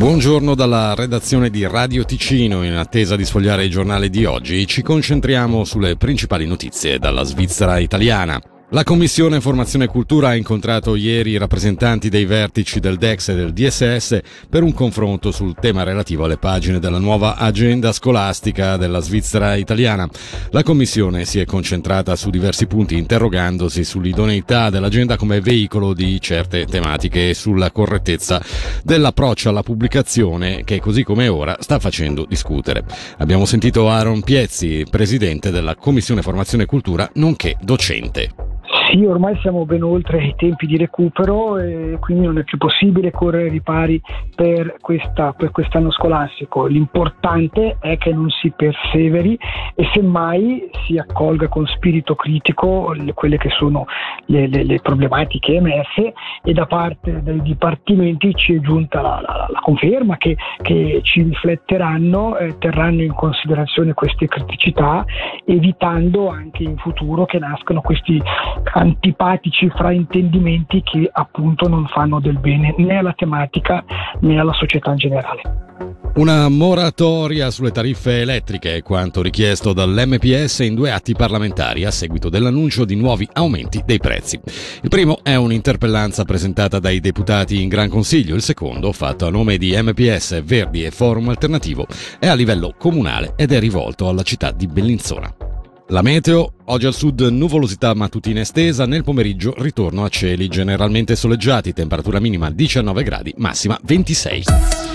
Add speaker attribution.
Speaker 1: Buongiorno dalla redazione di Radio Ticino. In attesa di sfogliare il giornale di oggi, ci concentriamo sulle principali notizie dalla Svizzera italiana. La Commissione Formazione e Cultura ha incontrato ieri i rappresentanti dei vertici del DEX e del DSS per un confronto sul tema relativo alle pagine della nuova agenda scolastica della Svizzera italiana. La Commissione si è concentrata su diversi punti, interrogandosi sull'idoneità dell'agenda come veicolo di certe tematiche e sulla correttezza dell'approccio alla pubblicazione che, così come ora, sta facendo discutere. Abbiamo sentito Aaron Piezzi, presidente della Commissione Formazione e Cultura, nonché docente.
Speaker 2: Sì, ormai siamo ben oltre i tempi di recupero e quindi non è più possibile correre ripari per quest'anno scolastico. L'importante è che non si perseveri e semmai si accolga con spirito critico quelle che sono le problematiche emerse, e da parte dei dipartimenti ci è giunta la conferma che ci rifletteranno, terranno in considerazione queste criticità, evitando anche in futuro che nascano questi antipatici fraintendimenti che appunto non fanno del bene né alla tematica né alla società in generale.
Speaker 1: Una moratoria sulle tariffe elettriche è quanto richiesto dall'MPS in 2 atti parlamentari a seguito dell'annuncio di nuovi aumenti dei prezzi. Il primo è un'interpellanza presentata dai deputati in Gran Consiglio, il secondo, fatto a nome di MPS, Verdi e Forum Alternativo, è a livello comunale ed è rivolto alla città di Bellinzona. La meteo: oggi al sud nuvolosità mattutina estesa, nel pomeriggio ritorno a cieli generalmente soleggiati, temperatura minima 19 gradi, massima 26.